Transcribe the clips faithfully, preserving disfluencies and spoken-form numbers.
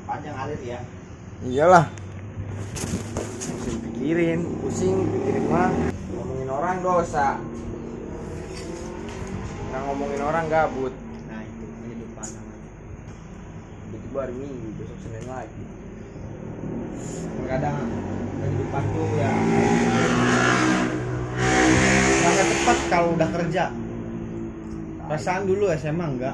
Panjang alir ya. Iyalah. Pusing pikirin, pusing pikirin mah. Ngomongin orang dosa. Nggak ngomongin orang gabut. Nah itu kehidupan namanya. Tiba-tiba hari Minggu, besok Senin lagi. Kadang kehidupan tuh ya sangat tepat kalau udah kerja. Perasaan dulu S M A enggak.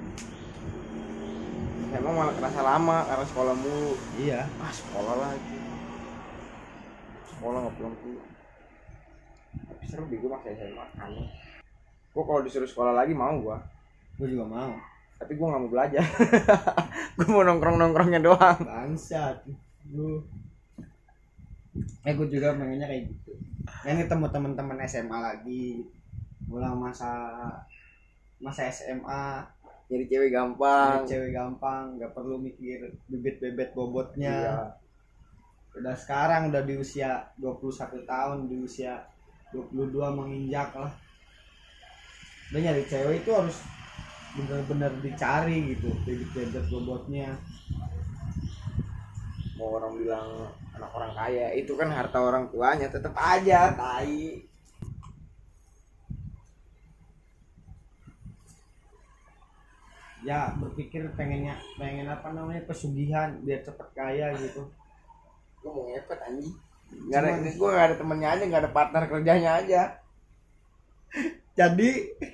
Emang malah kerasa lama karena sekolah mulu. Iya. Ah sekolah lagi. Sekolah nggak pulang pulang. Tapi seru deh gue masih S M A kan. Gue kalau disuruh sekolah lagi mau gue. Gue juga mau. Tapi gue nggak mau belajar. Gue mau nongkrong nongkrongnya doang. Bangsat. Lu. Eh gue juga pengennya kayak gitu. Yang ketemu teman-teman S M A lagi. Ulang masa masa S M A. Jadi cewek gampang. Jadi cewek gampang, nggak perlu mikir bibit-bibit bobotnya. Iya. Udah sekarang udah di usia dua puluh satu tahun, di usia dua puluh dua menginjak lah. Udah nyari cewek itu harus bener-bener dicari gitu, bibit-bibit bobotnya. Mau orang bilang anak orang kaya, itu kan harta orang tuanya, tetap aja tai. Ya berpikir pengennya pengen apa namanya pesugihan biar cepet kaya gitu. Gue mau ngepet anjing. Gak ada, gue gak ada temennya aja, gak ada partner kerjanya aja. Jadi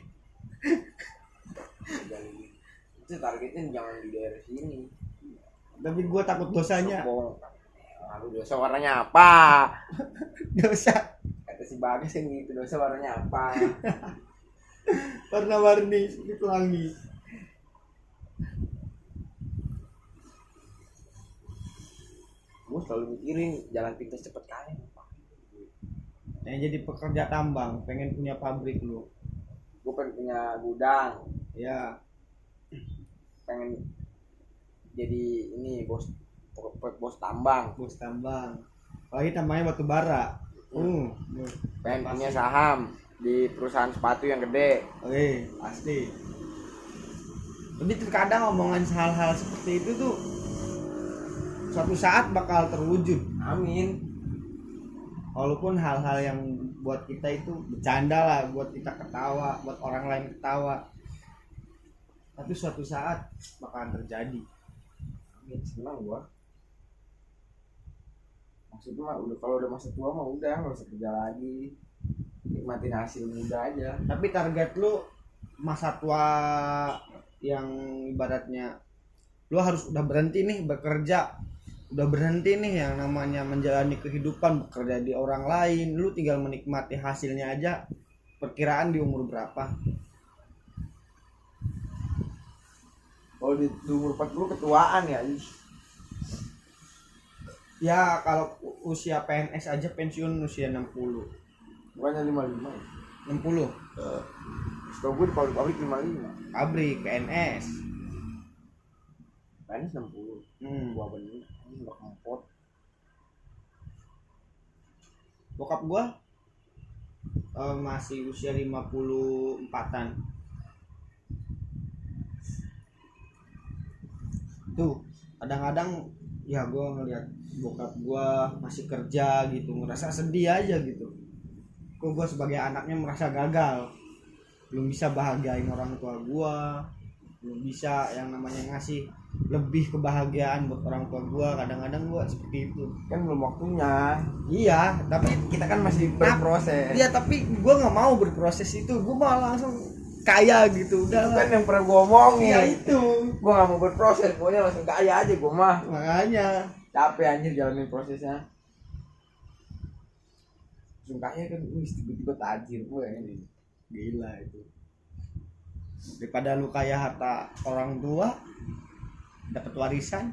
Itu targetnya jangan di daerah sini. tapi gue takut dosanya. Sombong. Lalu dosa warnanya apa? Dosa Kata si Bagas yang gitu, dosa warnanya apa? warna-warni seperti pelangi. Gue selalu mikirin jalan pintas cepet kaya. Yang jadi pekerja tambang, pengen punya pabrik lu. Gue pengen punya gudang, Ya, pengen jadi ini bos bos tambang, bos tambang. Apalagi tambangnya batu bara. Uh, pengen punya saham di perusahaan sepatu yang gede. oke, pasti. Tapi terkadang omongan hal-hal seperti itu tuh suatu saat bakal terwujud. Amin. Walaupun hal-hal yang buat kita itu bercanda lah, buat kita ketawa, buat orang lain ketawa. Tapi suatu saat bakalan terjadi. Amin, senang gua. Maksudnya mah udah kalau udah masa tua mah udah nggak usah kerja lagi, nikmatin hasil muda aja. Tapi target lu masa tua yang ibaratnya lu harus udah berhenti nih bekerja, udah berhenti nih yang namanya menjalani kehidupan bekerja di orang lain, lu tinggal menikmati hasilnya aja. Perkiraan di umur berapa? Kalau di umur empat puluh ketuaan ya. Ya kalau usia P N S aja pensiun usia enam puluh. Bukannya lima puluh lima ya? enam puluh. Uh, Setahu gue di pabrik lima puluh lima. Pabrik P N S. P N S enam puluh. Hmm. Gua bener, ini udah kempot. Bokap gua uh, masih usia lima puluh empatan. Tuh, kadang-kadang ya gua ngeliat bokap gua masih kerja gitu, ngerasa sedih aja gitu. Kok gua sebagai anaknya merasa gagal. Belum bisa bahagiain orang tua gua, belum bisa yang namanya ngasih lebih kebahagiaan buat orang tua gua. Kadang-kadang gua seperti itu. Kan belum waktunya. Iya, tapi Kita kan masih berproses. iya, tapi gua nggak mau berproses itu. Gua mau langsung kaya gitu. Udah Itu lah. kan yang pernah gua omongin. Iya itu. Gua nggak mau berproses, pokoknya langsung kaya aja gua mah. Makanya Capek anjir jalanin prosesnya. Langsung kaya kan, wih tiba-tiba tajir gue ini. gila itu. Daripada lu kaya harta orang tua, dapat warisan.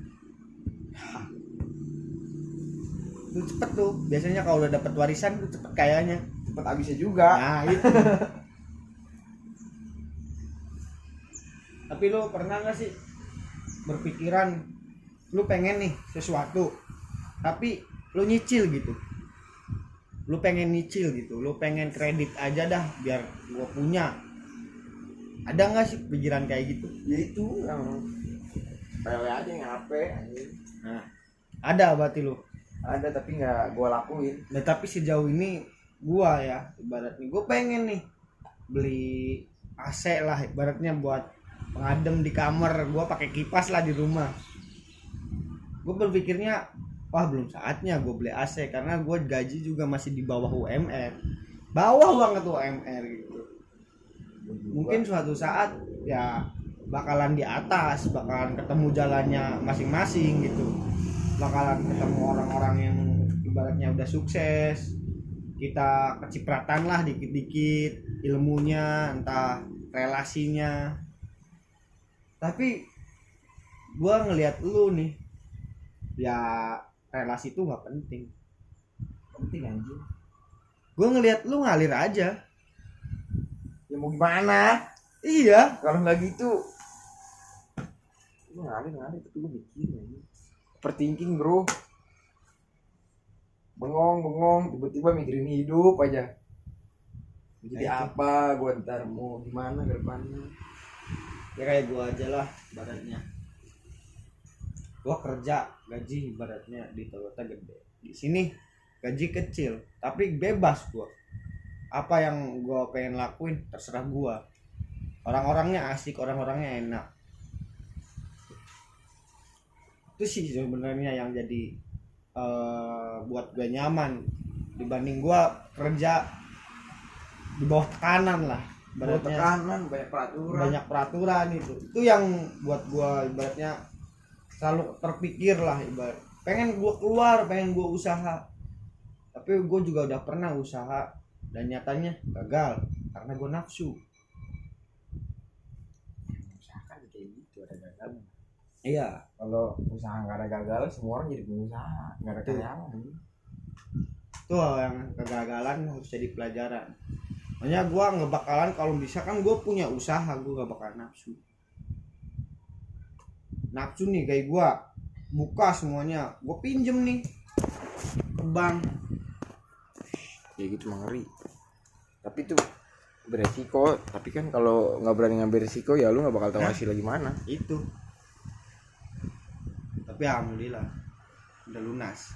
Lu cepet tuh. Biasanya kalau udah dapat warisan lu cepet kayanya. Cepet habisnya juga. Nah, itu. Tapi lu pernah nggak sih berpikiran lu pengen nih sesuatu tapi lu nyicil gitu, lu pengen nyicil gitu, lu pengen kredit aja dah biar gua punya. Ada nggak sih pikiran kayak gitu? Ya itu yang Pewe aja yang H P anjing. Nah, ada berarti lu. Ada tapi nggak gue lakuin. Nah, tapi sejauh ini gua ya ibaratnya gua pengen nih beli A C lah ibaratnya buat pengadem di kamar, gua pakai kipas lah di rumah. Gua berpikirnya wah belum saatnya gua beli A C karena gua gaji juga masih di bawah U M R, bawah banget U M R gitu. Mungkin suatu saat ya bakalan di atas, bakalan ketemu jalannya masing-masing gitu, bakalan ketemu orang-orang yang ibaratnya udah sukses, kita kecipratan lah dikit-dikit ilmunya, entah relasinya. Tapi gua ngelihat lu nih, ya relasi itu nggak penting. Penting anjing. Gua ngelihat lu ngalir aja. Ya mau gimana? Iya. Kalau nggak gitu, gue ngalir ngalir tapi gue mikir anjing. Overthinking bro. Bengong bengong tiba-tiba mikirin hidup aja. Jadi Nah, apa gue ntar mau gimana ke depannya. Ya kayak gua aja lah ibaratnya. Gua kerja gaji ibaratnya di Toyota gede, di sini gaji kecil tapi bebas gua, apa yang gua pengen lakuin terserah gua, orang-orangnya asik, orang-orangnya enak. Itu sih sebenarnya yang jadi uh, buat gue nyaman dibanding gue kerja di bawah tekanan lah, Bawah tekanan, banyak peraturan. banyak peraturan itu itu yang buat gue ibaratnya selalu terpikir lah, ibarat pengen gue keluar, pengen gue usaha, tapi gue juga udah pernah usaha dan nyatanya gagal karena gue nafsu. Usaha kan kayak gitu, ada gagal. Iya, Kalau usaha nggak ada gagal, semua orang jadi pengusaha, nggak ada Betul. karyawan. itu yang kegagalan harus jadi pelajaran. Makanya gue nggak bakalan, kalau bisa kan gue punya usaha, gue nggak bakalan nafsu. Nafsu nih kayak gue buka semuanya, gue pinjem nih ke bank. Ya gitu mengeri. Tapi itu beresiko. Tapi kan kalau nggak berani ngambil resiko, ya lu nggak bakal tahu Nah. hasilnya gimana. Itu. Tapi alhamdulillah udah lunas.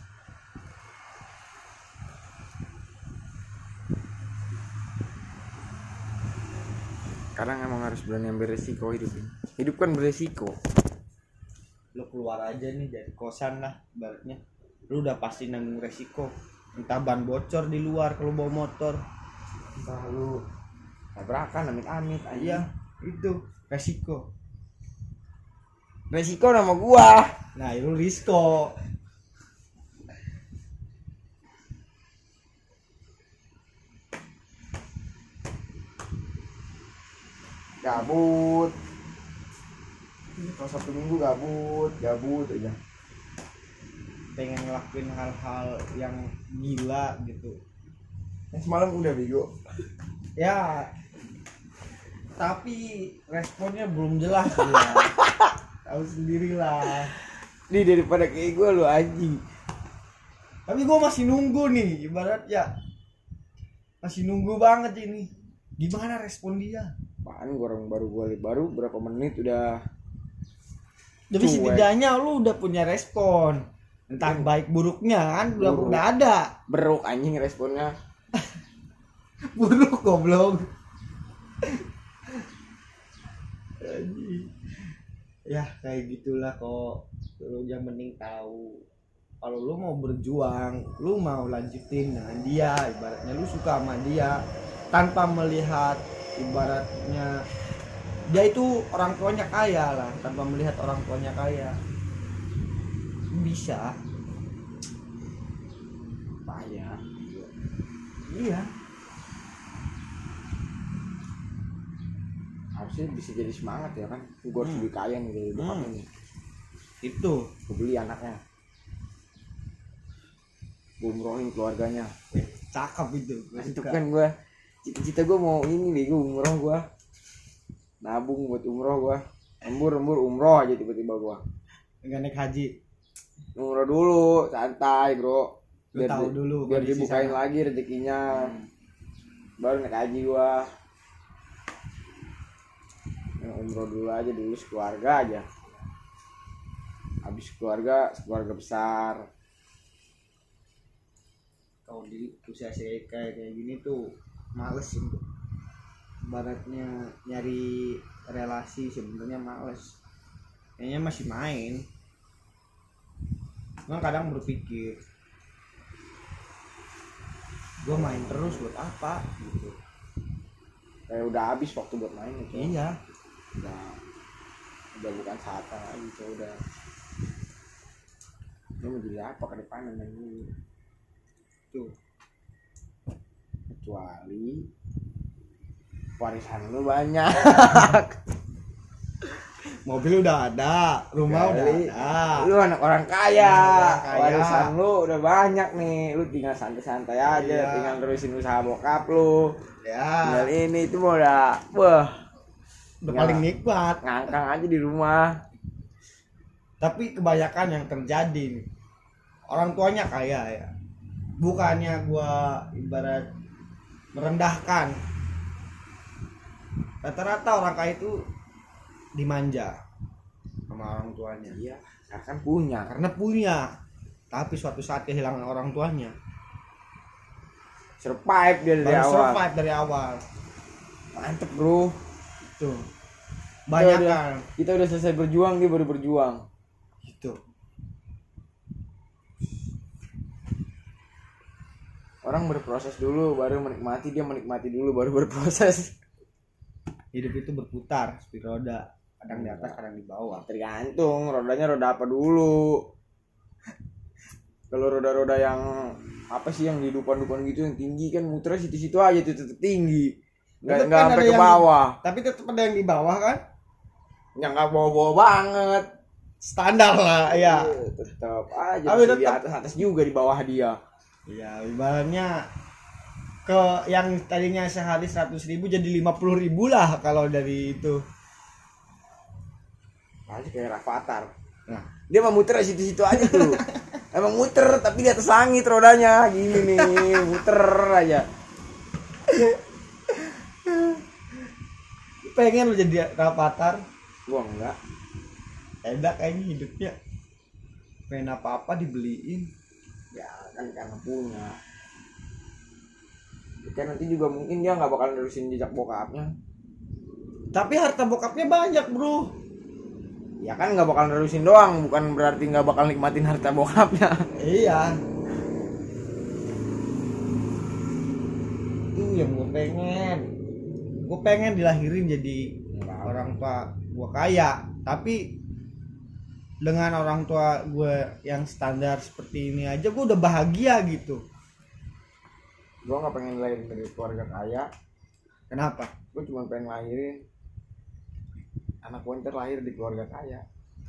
Kadang emang harus berani ambil resiko hidup ini. Hidup kan beresiko. Lu keluar aja nih dari kosan lah ibaratnya, lu udah pasti nanggung resiko, entah ban bocor di luar kalau bawa motor, Entah lu tabrakan amit-amit aja. iya itu resiko. Resiko nama gua. Nah itu risiko. Gabut. Kalau satu minggu gabut, gabut aja. Pengen ngelakuin hal-hal yang gila gitu Yang semalam udah bego. ya, tapi responnya belum jelas ya. Tahu sendirilah. Nih daripada kayak gua lu anjing. Tapi gue masih nunggu nih, ibarat ya masih nunggu banget ini. Gimana respon dia? Apaan gua orang baru gua baru berapa menit udah. Tapi Cuek. setidaknya lu udah punya respon. Entah baik buruknya kan udah Buruk. udah ada. Beruk anjing responnya. Buruk goblok. Anjing. Ya kayak gitulah kok. Lu yang penting tahu kalau lu mau berjuang, lu mau lanjutin dengan dia, ibaratnya lu suka sama dia tanpa melihat ibaratnya dia itu orang tuanya kaya lah, tanpa melihat orang tuanya kaya bisa. Payah. Iya, Harusnya bisa jadi semangat ya kan. Gua harus Hmm. lebih kaya nih dari bokap Hmm. ini. itu Gua beli anaknya. Gua umrohin keluarganya. cakep itu. Gua Itu suka. kan gua cita-cita gua mau ini bego umroh gua. Nabung buat umroh gua. Embur-embur umroh aja tiba-tiba gua. Nggak naik haji. Umroh dulu, santai, Bro. Lu tahu di- dulu biar kondisi dibukain sana. lagi rezekinya. Baru naik haji gua. Ya, umroh dulu aja dulu sekeluarga aja. habis keluarga keluarga besar. Kalau di usia saya kayak kayak gini tuh males sih, baratnya nyari relasi sebenarnya males, kayaknya masih main. Cuma kadang berpikir gue main terus buat apa gitu, Kayak udah habis waktu buat main itu. iya Udah udah bukan saatnya lagi tuh, udah lu mau jadi apa ke depan main ini tuh. kecuali warisan lu banyak. Mobil udah ada, rumah udah Kali, ada, lu anak orang kaya, Orang kaya. warisan lu udah banyak nih, lu tinggal santai-santai aja, Iya. tinggal terusin usaha bokap lu, ya tinggal ini itu mau udah, wah, udah Ya. paling nikmat. ngangkang aja di rumah. Tapi kebanyakan yang terjadi nih, orang tuanya kaya ya, bukannya gua ibarat merendahkan, rata-rata orang kaya itu dimanja sama orang tuanya. Iya, karena kan punya. Karena punya, tapi suatu saat kehilangan orang tuanya, Survive dia dari baru awal. survive dari awal. Mantep bro. Tuh, banyak Kita udah- kan Kita udah selesai berjuang, dia baru berjuang. gitu. Orang berproses dulu, baru menikmati, dia menikmati dulu, baru berproses. Hidup itu berputar seperti roda, kadang di atas kadang di bawah. Tergantung rodanya roda apa dulu. Kalau roda-roda yang apa sih yang di dupan-dupan gitu yang tinggi kan muternya situ-situ aja tuh tetap tinggi. Nggak Tetep nggak kan sampai ada ke yang- bawah. Tapi tetap ada yang di bawah kan, Yang nggak bawa-bawa banget. standar lah ya. Iya, tetap aja Tapi masih di tetep- atas atas juga di bawah dia. Ya ibaratnya ke yang tadinya sehari seratus ribu jadi lima puluh ribu lah kalau dari itu. Masih kayak Rafathar. Nah, Dia mah muter situ-situ aja tuh. Emang muter tapi di atas langit rodanya gini nih, muter aja. pengen lo jadi Rafathar, Gua enggak. enak kayaknya hidupnya. Pengen apa-apa dibeliin. Ya kan karena punya. Kan nanti juga mungkin dia nggak bakal nerusin jejak bokapnya. Tapi harta bokapnya banyak bro. Ya kan nggak bakal nerusin doang, bukan berarti nggak bakal nikmatin harta bokapnya. Iya. Itu yang gue pengen. Gue pengen dilahirin jadi orang tua gue kaya, tapi dengan orang tua gue yang standar seperti ini aja gue udah bahagia gitu. Gua nggak pengen lahir dari keluarga kaya. Kenapa? Gua cuma pengen lahirin anak gua ntar lahir di keluarga kaya.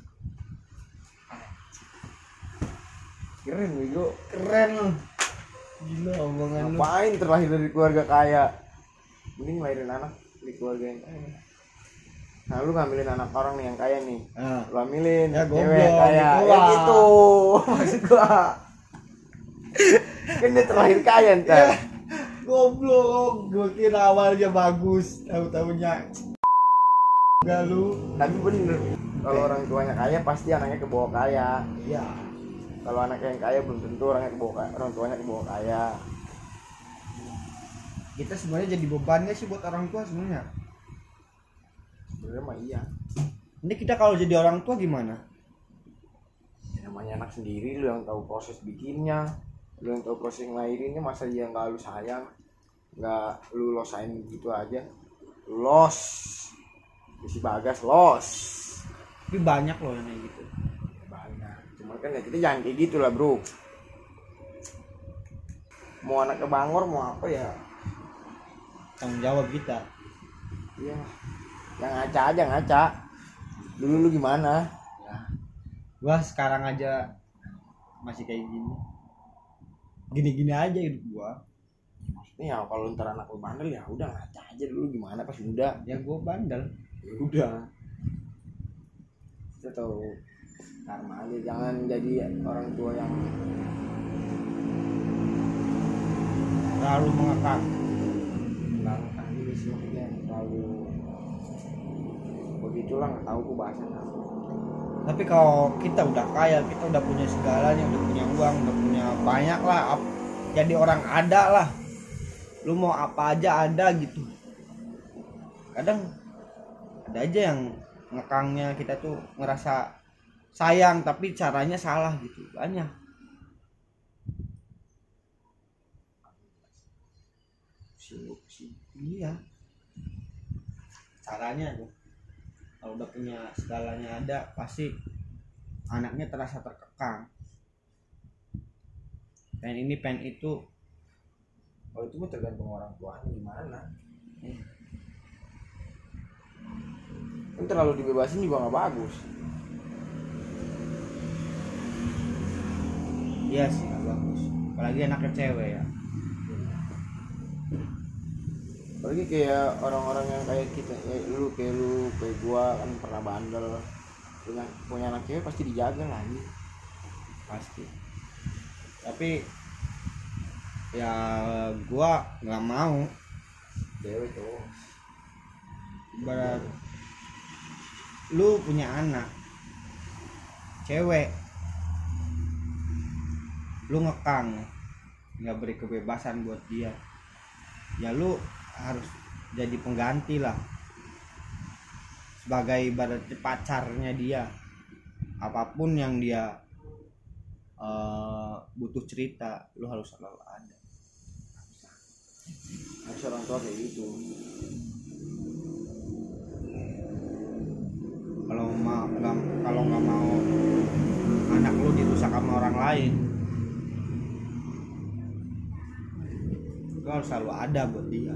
Keren bego. Keren. Gila omongan lu. Ngapain terlahir dari keluarga kaya? Mending lahirin anak di keluarga yang kaya. Nah lu ngambilin anak orang nih yang kaya nih, Nah, lu ambilin Ya, cewek goblok, kaya, gitu ya lah. gitu maksud gua. Kan dia terlahir kaya ntar. goblok. Gue kira awalnya bagus, tahu-tahunya enggak lu. Tapi bener, kalau orang tuanya kaya pasti anaknya kebawa kaya. Iya. Kalau anak yang kaya belum tentu orangnya kebawa kaya, orang tuanya kebawa kaya. Kita sebenarnya jadi beban gak sih buat orang tua sebenarnya? Sebenarnya mah iya. Ini kita kalau jadi orang tua gimana? Ya, namanya anak sendiri, lu yang tahu proses bikinnya, lu yang tahu proses ngelahirinnya, masa dia nggak lu sayang, nggak lu losain gitu aja, lu los, si Bagas los. Tapi banyak loh yang kayak gitu. Banyak. Cuman kan ya kita jangan kayak gitu lah bro. Mau anak ke Bangor mau apa ya? Tanggung jawab kita. Iya. Yang ngaca aja ngaca. Dulu lu gimana? Ya. Gua sekarang aja masih kayak gini. Gini-gini aja hidup gua. Maksudnya ya kalau ntar anak lu bandel ya udah ngaca aja dulu gimana pas muda. Ya gua bandel. Ya udah. Kita tahu karma aja, jangan jadi orang tua yang Terlalu mengekang. langkah gitu sih, maksudnya terlalu begitulah, nggak tahu aku bahasanya apa. Tapi kalau kita udah kaya, kita udah punya segalanya, udah punya uang, udah punya banyak lah, jadi orang ada lah, lu mau apa aja ada gitu. Kadang ada aja yang ngekangnya kita tuh ngerasa sayang tapi caranya salah gitu, banyak. Iya, caranya tuh kalau udah punya segalanya ada pasti anaknya terasa terkekang, pengen ini pengen itu. Kalau itu mah tergantung orang tuanya gimana. Hmm. Kan terlalu dibebasin juga nggak bagus. Iya sih nggak bagus, apalagi anaknya cewek ya. Apalagi kayak orang-orang yang kayak kita, kayak lu, kayak lu, kayak gua kan pernah bandel, punya punya anak cewek pasti dijaga lah ini. Pasti. Tapi ya gua nggak mau. Cewek tuh. Berat. Lu punya anak cewek, lu ngekang, nggak beri kebebasan buat dia, ya lu harus jadi pengganti lah, sebagai ibaratnya pacarnya dia. Apapun yang dia uh, butuh cerita, lu harus selalu ada. Harus orang tua kayak gitu. Kalau mau nggak, kalau nggak mau anak lu dirusak sama orang lain, lu harus selalu ada buat dia,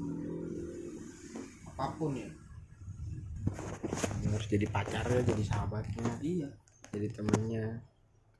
apapun ya. Harus jadi pacarnya, jadi sahabatnya, Iya, jadi temennya.